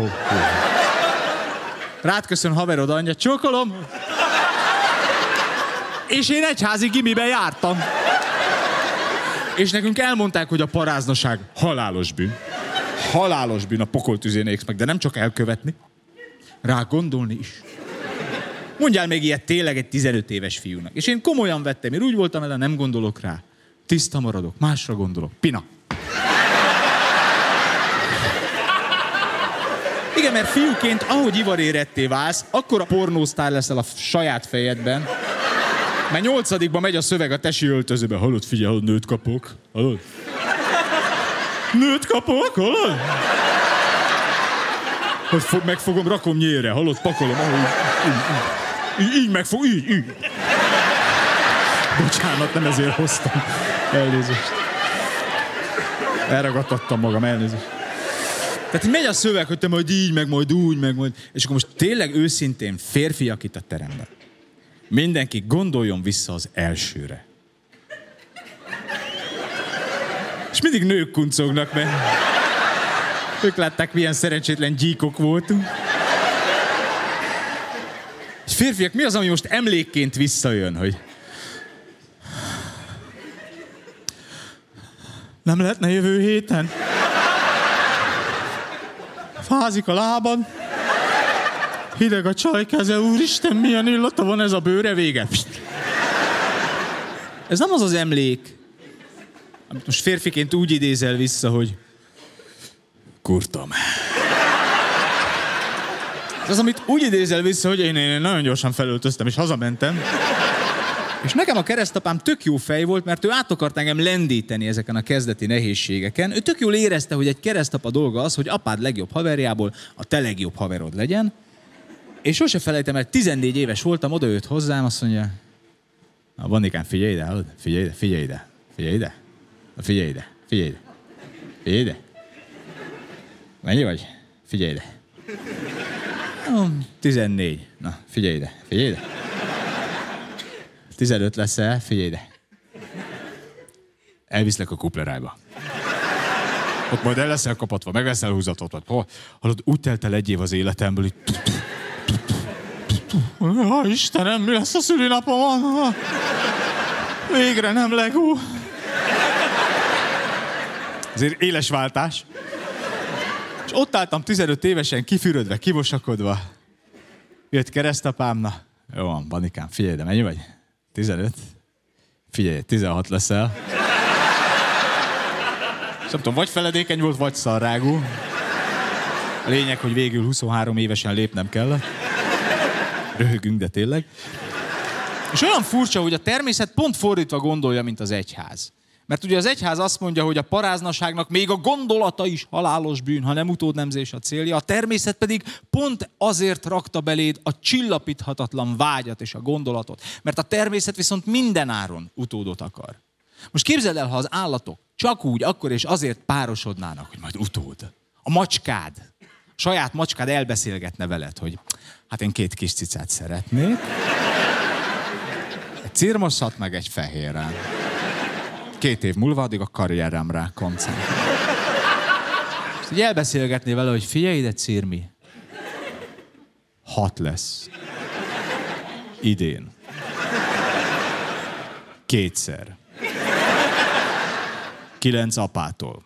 Rád köszön haverod anyja. Csókolom. És én egyházi gimiben jártam. És nekünk elmondták, hogy a paráznaság halálos bűn. Halálos bűn, a pokol tüzén égsz meg, de nem csak elkövetni, rá gondolni is. Mondjál még ilyet tényleg egy 15 éves fiúnak. És én komolyan vettem, én úgy voltam vele, nem gondolok rá. Tiszta maradok, másra gondolok. Pina. Igen, mert fiúként, ahogy ivaréretté válsz, akkor a pornósztár leszel a saját fejedben. Mert 8-ban megy a szöveg a tesi öltözőbe. Hallod, figyelj, hallod, nőt kapok. Hallod? Nőt kapok, hallod? Hogy megfogom, rakom nyélre, hallod, pakolom. Így megfog, így. Bocsánat, nem ezért hoztam. Elnézést. Elragadtattam magam, elnézést. Tehát megy a szöveg, hogy te majd így, meg majd úgy, meg majd... És akkor most tényleg őszintén férfiak itt a teremben. Mindenki gondoljon vissza az elsőre. És mindig nők kuncognak, mert ők látták, milyen szerencsétlen gyíkok voltunk. És férfiak, mi az, ami most emlékként visszajön, hogy nem lehetne jövő héten? Fázik a lábad. Hideg a csaj keze, úristen, milyen illata van ez a bőre, vége. Ez nem az az emlék, amit most férfiként úgy idézel vissza, hogy kurtam. Ez az, amit úgy idézel vissza, hogy én nagyon gyorsan felöltöztem és hazamentem. És nekem a keresztapám tök jó fej volt, mert ő át akart engem lendíteni ezeken a kezdeti nehézségeken. Ő tök jól érezte, hogy egy keresztapa dolga az, hogy apád legjobb haverjából a te legjobb haverod legyen. És sose felejtem el, 14 éves voltam, oda jött hozzám, azt mondja, na Vanikám, figyelj ide, hallod? Figyelj ide, figyelj ide, figyelj ide, figyelj ide, figyelj ide, figyelj ide. Mennyi vagy? Figyelj ide. 14. Na, figyelj ide, figyelj ide. 15 leszel, figyelj ide. Elviszlek a kuplerájba. Ott majd el leszel kapatva, meg leszel húzatot. Hallod, úgy telt el egy év az életemből, így... Istenem, mi lesz a szülinapomon? Végre nem Lego. Azért éles váltás. És ott álltam 15 évesen, kifürödve, kivosakodva. Jött keresztapám, na, jó van, Banikám, figyelj, de mennyi vagy? 15? Figyelj, 16 leszel. És nem tudom, vagy feledékeny volt, vagy szarrágú. A lényeg, hogy végül 23 évesen lépnem kellett. Röhögünk, de tényleg. És olyan furcsa, hogy a természet pont fordítva gondolja, mint az egyház. Mert ugye az egyház azt mondja, hogy a paráznaságnak még a gondolata is halálos bűn, ha nem utódnemzés a célja. A természet pedig pont azért rakta beléd a csillapíthatatlan vágyat és a gondolatot. Mert a természet viszont mindenáron utódot akar. Most képzeld el, ha az állatok csak úgy, akkor és azért párosodnának, hogy majd utód. A macskád, a saját macskád elbeszélgetne veled, hogy hát én 2 kis cicát szeretnék. Egy cirmoszat, meg egy fehérrel. 2 év múlva addig a karrieremre koncentrál. Így elbeszélgetné vele, hogy figyelj ide, Cirmi. 6 lesz. Idén. 2-szer. 9 apától.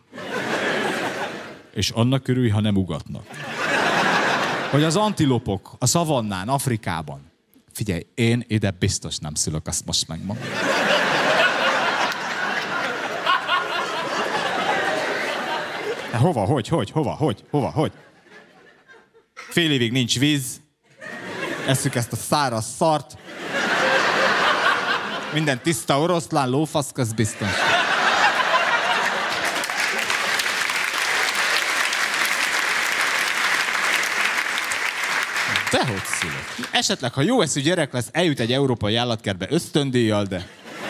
És annak örülj, ha nem ugatnak. Hogy az antilopok a szavannán, Afrikában. Figyelj, én ide biztos nem szülök, azt most megmondom. Hova, hogy? Fél évig nincs víz. Esszük ezt a száraz szart. Minden tiszta oroszlán, lófasz, az biztos. Dehogy szülök. Esetleg, ha jó eszű gyerek lesz, eljut egy európai állatkertbe ösztöndíjjal, de...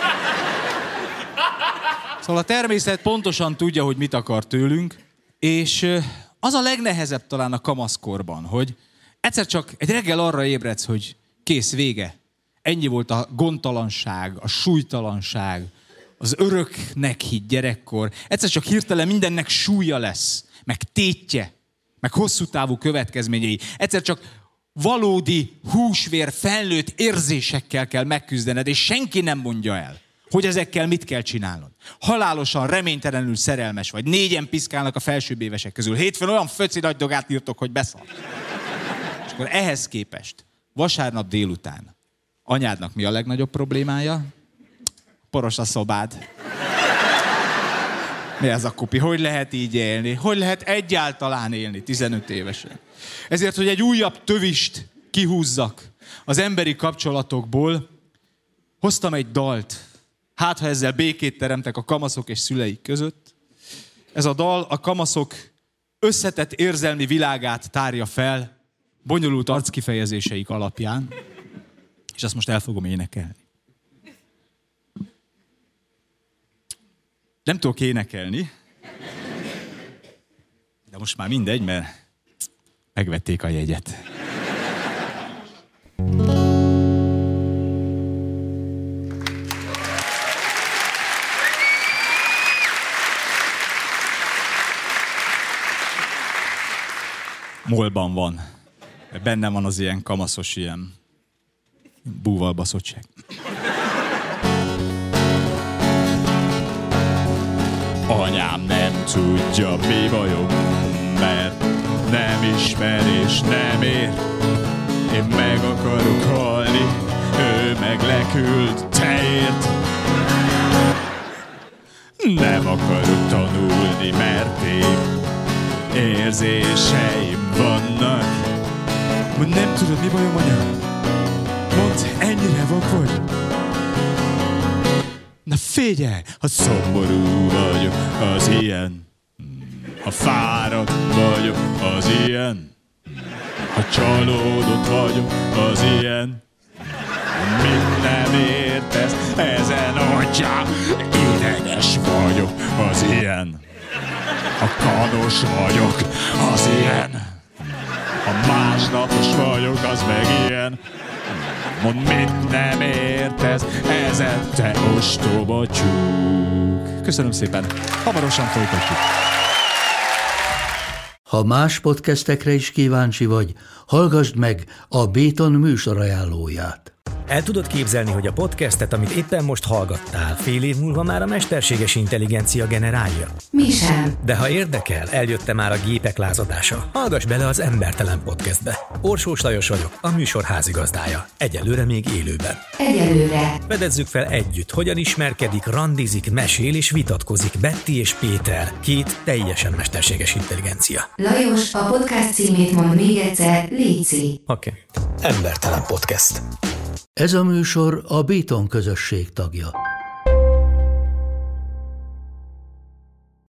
Szóval a természet pontosan tudja, hogy mit akar tőlünk, és az a legnehezebb talán a kamaszkorban, hogy egyszer csak egy reggel arra ébredsz, hogy kész, vége. Ennyi volt a gondtalanság, a súlytalanság, az öröknek hitt gyerekkor. Egyszer csak hirtelen mindennek súlya lesz, meg tétje, meg hosszú távú következményei. Egyszer csak valódi húsvér felnőtt érzésekkel kell megküzdened, és senki nem mondja el, hogy ezekkel mit kell csinálnod. Halálosan, reménytelenül szerelmes vagy. 4-en piszkálnak a felsőbb évesek közül. Hétfőn olyan föci nagy dogát írtok, hogy beszart. És akkor ehhez képest vasárnap délután anyádnak mi a legnagyobb problémája? Poros a szobád. Mi ez a kupi? Hogy lehet így élni? Hogy lehet egyáltalán élni 15 évesen? Ezért, hogy egy újabb tövist kihúzzak az emberi kapcsolatokból, hoztam egy dalt. Hát, ha ezzel békét teremtek a kamaszok és szüleik között. Ez a dal a kamaszok összetett érzelmi világát tárja fel, bonyolult arckifejezéseik alapján, és azt most el fogom énekelni. Nem tudok énekelni, de most már mindegy, mert megvették a jegyet. Molban van. Bennem van az ilyen kamaszos, ilyen búval baszottság. Anyám nem tudja, mi bajom, mert nem ismer és nem ér. Én meg akarok halni, ő meg leküld, te ért. Nem akarok tanulni, mert én érzéseim vannak. Mondd, nem tudod, mi bajom, anya? Mondd, ennyire vak vagy? Na figyelj, ha szomorú vagyok, az ilyen. Ha fáradt vagyok, az ilyen. Ha csalódott vagyok, az ilyen. Mit nem értesz, ezen atyám, ideges vagyok, az ilyen. Ha kanos vagyok, az ilyen. Ha másnapos vagyok, az meg ilyen. Mondd, mit nem értesz, ezen te ostoba tyúk. Köszönöm szépen, hamarosan folytatjuk. Ha más podcastekre is kíváncsi vagy, hallgassd meg a Béton műsor ajánlóját. El tudod képzelni, hogy a podcastet, amit éppen most hallgattál, fél év múlva már a mesterséges intelligencia generálja? Mi sem. De ha érdekel, eljött már a gépek lázadása. Hallgass bele az Embertelen Podcastbe. Orsós Lajos vagyok, a műsor házigazdája. Egyelőre még élőben. Egyelőre. Fedezzük fel együtt, hogyan ismerkedik, randizik, mesél és vitatkozik Betty és Péter, két teljesen mesterséges intelligencia. Lajos, a podcast címét mond még egyszer, léci. Oké. Embertelen Podcast. Ez a műsor a Béton közösség tagja.